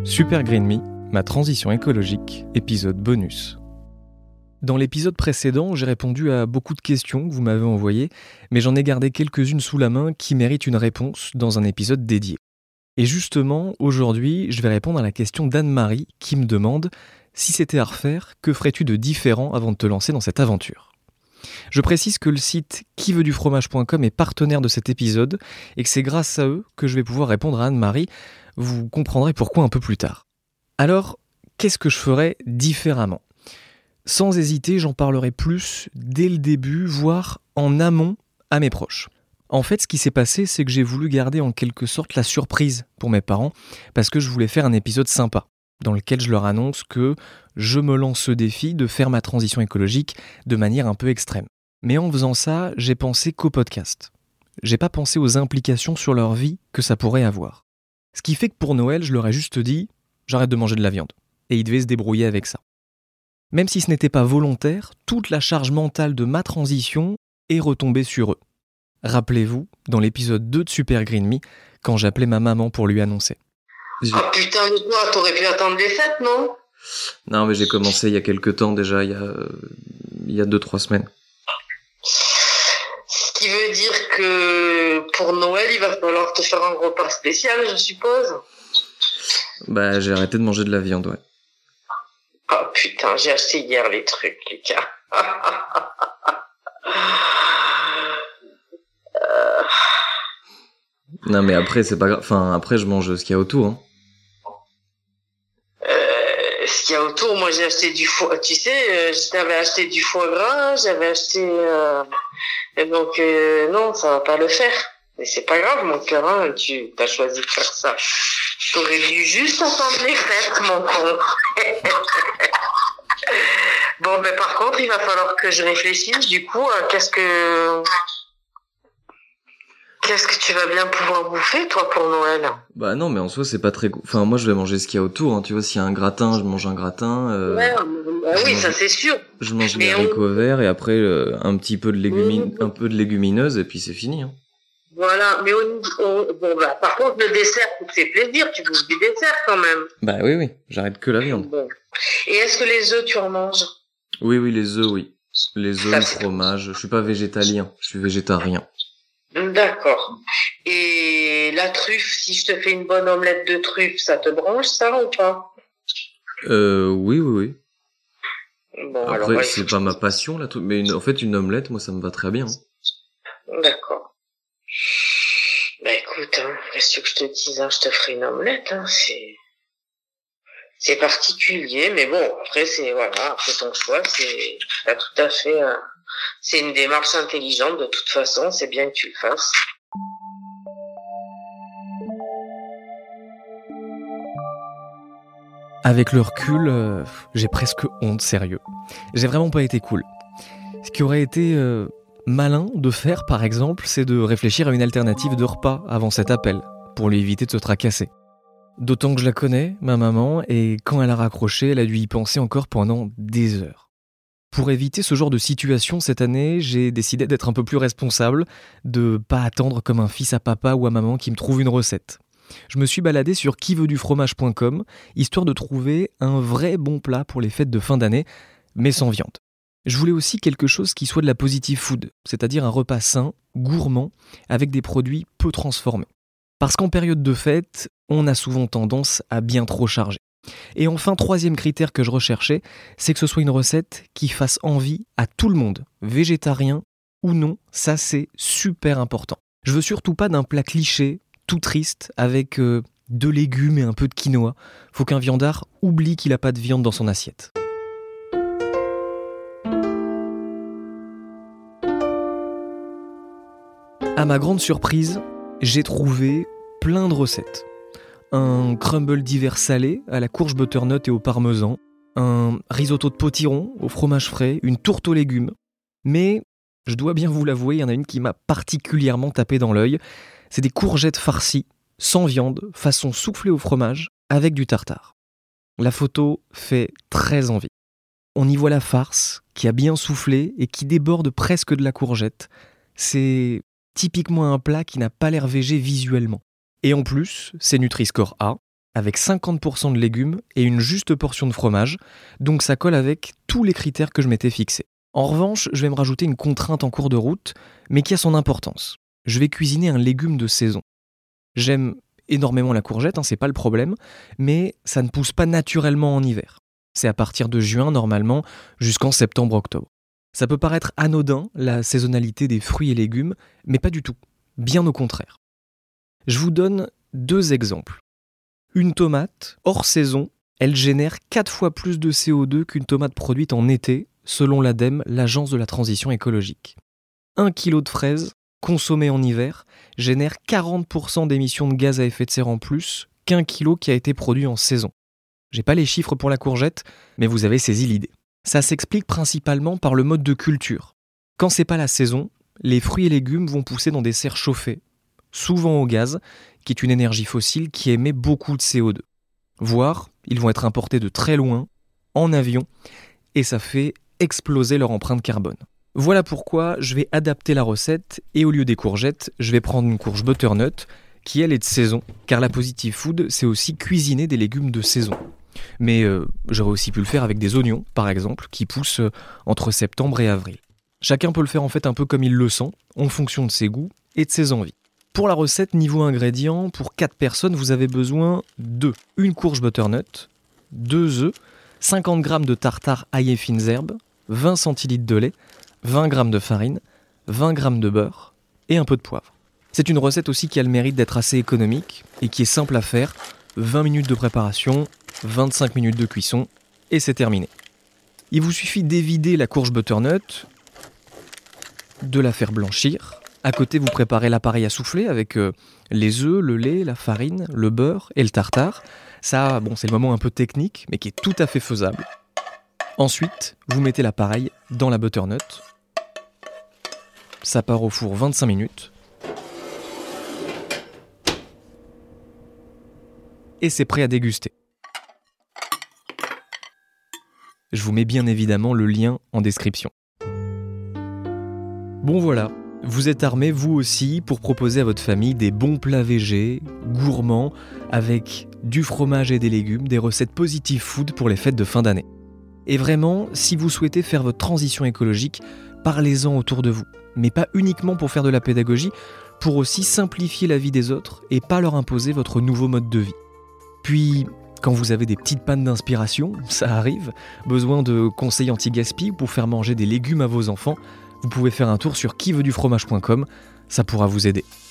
Super Green Me, ma transition écologique, épisode bonus. Dans l'épisode précédent, j'ai répondu à beaucoup de questions que vous m'avez envoyées, mais j'en ai gardé quelques-unes sous la main qui méritent une réponse dans un épisode dédié. Et justement, aujourd'hui, je vais répondre à la question d'Anne-Marie qui me demande « Si c'était à refaire, que ferais-tu de différent avant de te lancer dans cette aventure ?» Je précise que le site quiveutdufromage.com est partenaire de cet épisode et que c'est grâce à eux que je vais pouvoir répondre à Anne-Marie. Vous comprendrez pourquoi un peu plus tard. Alors, qu'est-ce que je ferais différemment ? Sans hésiter, j'en parlerai plus dès le début, voire en amont à mes proches. En fait, ce qui s'est passé, c'est que j'ai voulu garder en quelque sorte la surprise pour mes parents, parce que je voulais faire un épisode sympa, dans lequel je leur annonce que je me lance ce défi de faire ma transition écologique de manière un peu extrême. Mais en faisant ça, j'ai pensé qu'au podcast. J'ai pas pensé aux implications sur leur vie que ça pourrait avoir. Ce qui fait que pour Noël, je leur ai juste dit « j'arrête de manger de la viande ». Et ils devaient se débrouiller avec ça. Même si ce n'était pas volontaire, toute la charge mentale de ma transition est retombée sur eux. Rappelez-vous, dans l'épisode 2 de Super Green Me, quand j'appelais ma maman pour lui annoncer. Ah putain, mais toi, t'aurais pu attendre les fêtes, non ? Non, mais j'ai commencé il y a quelques temps déjà, il y a 2-3 semaines. Ce qui veut dire que pour Noël, il va falloir te faire un repas spécial, je suppose. Bah, j'ai arrêté de manger de la viande, ouais. Oh putain, j'ai acheté hier les trucs, Lucas. Non, mais après, c'est pas grave. Enfin, après, je mange ce qu'il y a autour, hein. Ce qu'il y a autour, moi j'ai acheté du foie, tu sais, j'avais acheté du foie gras, j'avais acheté, donc non, ça va pas le faire. Mais c'est pas grave, mon cœur, hein, tu as choisi de faire ça. T'aurais dû juste attendre les fêtes, mon con. Bon, mais par contre, il va falloir que je réfléchisse, du coup, à qu'est-ce que tu vas bien pouvoir bouffer, toi, pour Noël ? Bah non, mais en soi, c'est pas très... Enfin, moi, je vais manger ce qu'il y a autour, hein. Tu vois, s'il y a un gratin, je mange un gratin. Ouais, oui, ça c'est sûr. Je mange des haricots verts et après, un petit peu de un peu de légumineuses et puis c'est fini, hein. Voilà, mais par contre, le dessert, c'est plaisir, tu bouffes du dessert quand même. Bah oui, j'arrête que la viande. Bon. Et est-ce que les œufs, tu en manges ? Oui, les œufs, oui. Les œufs, le fromage. Je suis pas végétalien, je suis végétarien. D'accord. Et la truffe, si je te fais une bonne omelette de truffe, ça te branche, ça, ou pas ? Oui. Bon, après, alors, ouais, c'est pas ma passion, la truffe, mais en fait, une omelette, moi, ça me va très bien. D'accord. Bah écoute, qu'est-ce que je te dise, je te ferai une omelette, c'est particulier, mais bon, après ton choix, c'est pas tout à fait, c'est une démarche intelligente de toute façon, c'est bien que tu le fasses. Avec le recul, j'ai presque honte, sérieux. J'ai vraiment pas été cool. Ce qui aurait été malin de faire, par exemple, c'est de réfléchir à une alternative de repas avant cet appel, pour lui éviter de se tracasser. D'autant que je la connais, ma maman, et quand elle a raccroché, elle a dû y penser encore pendant des heures. Pour éviter ce genre de situation cette année, j'ai décidé d'être un peu plus responsable, de pas attendre comme un fils à papa ou à maman qui me trouve une recette. Je me suis baladé sur quiveutdufromage.com, histoire de trouver un vrai bon plat pour les fêtes de fin d'année, mais sans viande. Je voulais aussi quelque chose qui soit de la positive food, c'est-à-dire un repas sain, gourmand, avec des produits peu transformés. Parce qu'en période de fête, on a souvent tendance à bien trop charger. Et enfin, troisième critère que je recherchais, c'est que ce soit une recette qui fasse envie à tout le monde, végétarien ou non, ça c'est super important. Je veux surtout pas d'un plat cliché, tout triste, avec 2 légumes et un peu de quinoa. Faut qu'un viandard oublie qu'il a pas de viande dans son assiette. À ma grande surprise, j'ai trouvé plein de recettes. Un crumble d'hiver salé à la courge butternut et au parmesan, un risotto de potiron au fromage frais, une tourte aux légumes. Mais, je dois bien vous l'avouer, il y en a une qui m'a particulièrement tapé dans l'œil. C'est des courgettes farcies, sans viande, façon soufflé au fromage, avec du tartare. La photo fait très envie. On y voit la farce, qui a bien soufflé et qui déborde presque de la courgette. C'est typiquement un plat qui n'a pas l'air végé visuellement. Et en plus, c'est Nutri-Score A, avec 50% de légumes et une juste portion de fromage, donc ça colle avec tous les critères que je m'étais fixés. En revanche, je vais me rajouter une contrainte en cours de route, mais qui a son importance. Je vais cuisiner un légume de saison. J'aime énormément la courgette, c'est pas le problème, mais ça ne pousse pas naturellement en hiver. C'est à partir de juin normalement jusqu'en septembre-octobre. Ça peut paraître anodin, la saisonnalité des fruits et légumes, mais pas du tout, bien au contraire. Je vous donne 2 exemples. Une tomate, hors saison, elle génère 4 fois plus de CO2 qu'une tomate produite en été, selon l'ADEME, l'Agence de la transition écologique. 1 kg de fraises, consommé en hiver, génère 40% d'émissions de gaz à effet de serre en plus qu'un kilo qui a été produit en saison. J'ai pas les chiffres pour la courgette, mais vous avez saisi l'idée. Ça s'explique principalement par le mode de culture. Quand c'est pas la saison, les fruits et légumes vont pousser dans des serres chauffées, souvent au gaz, qui est une énergie fossile qui émet beaucoup de CO2. Voire, ils vont être importés de très loin, en avion, et ça fait exploser leur empreinte carbone. Voilà pourquoi je vais adapter la recette et au lieu des courgettes, je vais prendre une courge butternut qui elle est de saison, car la Positive Food, c'est aussi cuisiner des légumes de saison. Mais j'aurais aussi pu le faire avec des oignons, par exemple, qui poussent entre septembre et avril. Chacun peut le faire en fait un peu comme il le sent, en fonction de ses goûts et de ses envies. Pour la recette, niveau ingrédients, pour 4 personnes, vous avez besoin de une courge butternut, 2 œufs, 50 g de tartare ail et fines herbes, 20 centilitres de lait, 20 g de farine, 20 g de beurre et un peu de poivre. C'est une recette aussi qui a le mérite d'être assez économique et qui est simple à faire. 20 minutes de préparation, 25 minutes de cuisson et c'est terminé. Il vous suffit d'évider la courge butternut, de la faire blanchir. À côté, vous préparez l'appareil à souffler avec les œufs, le lait, la farine, le beurre et le tartare. Ça, c'est le moment un peu technique, mais qui est tout à fait faisable. Ensuite, vous mettez l'appareil dans la butternut. Ça part au four 25 minutes. Et c'est prêt à déguster. Je vous mets bien évidemment le lien en description. Bon voilà, vous êtes armés vous aussi pour proposer à votre famille des bons plats végés, gourmands, avec du fromage et des légumes, des recettes Positive Food pour les fêtes de fin d'année. Et vraiment, si vous souhaitez faire votre transition écologique, parlez-en autour de vous. Mais pas uniquement pour faire de la pédagogie, pour aussi simplifier la vie des autres et pas leur imposer votre nouveau mode de vie. Puis, quand vous avez des petites pannes d'inspiration, ça arrive, besoin de conseils anti-gaspi pour faire manger des légumes à vos enfants, vous pouvez faire un tour sur quiveutdufromage.com, ça pourra vous aider.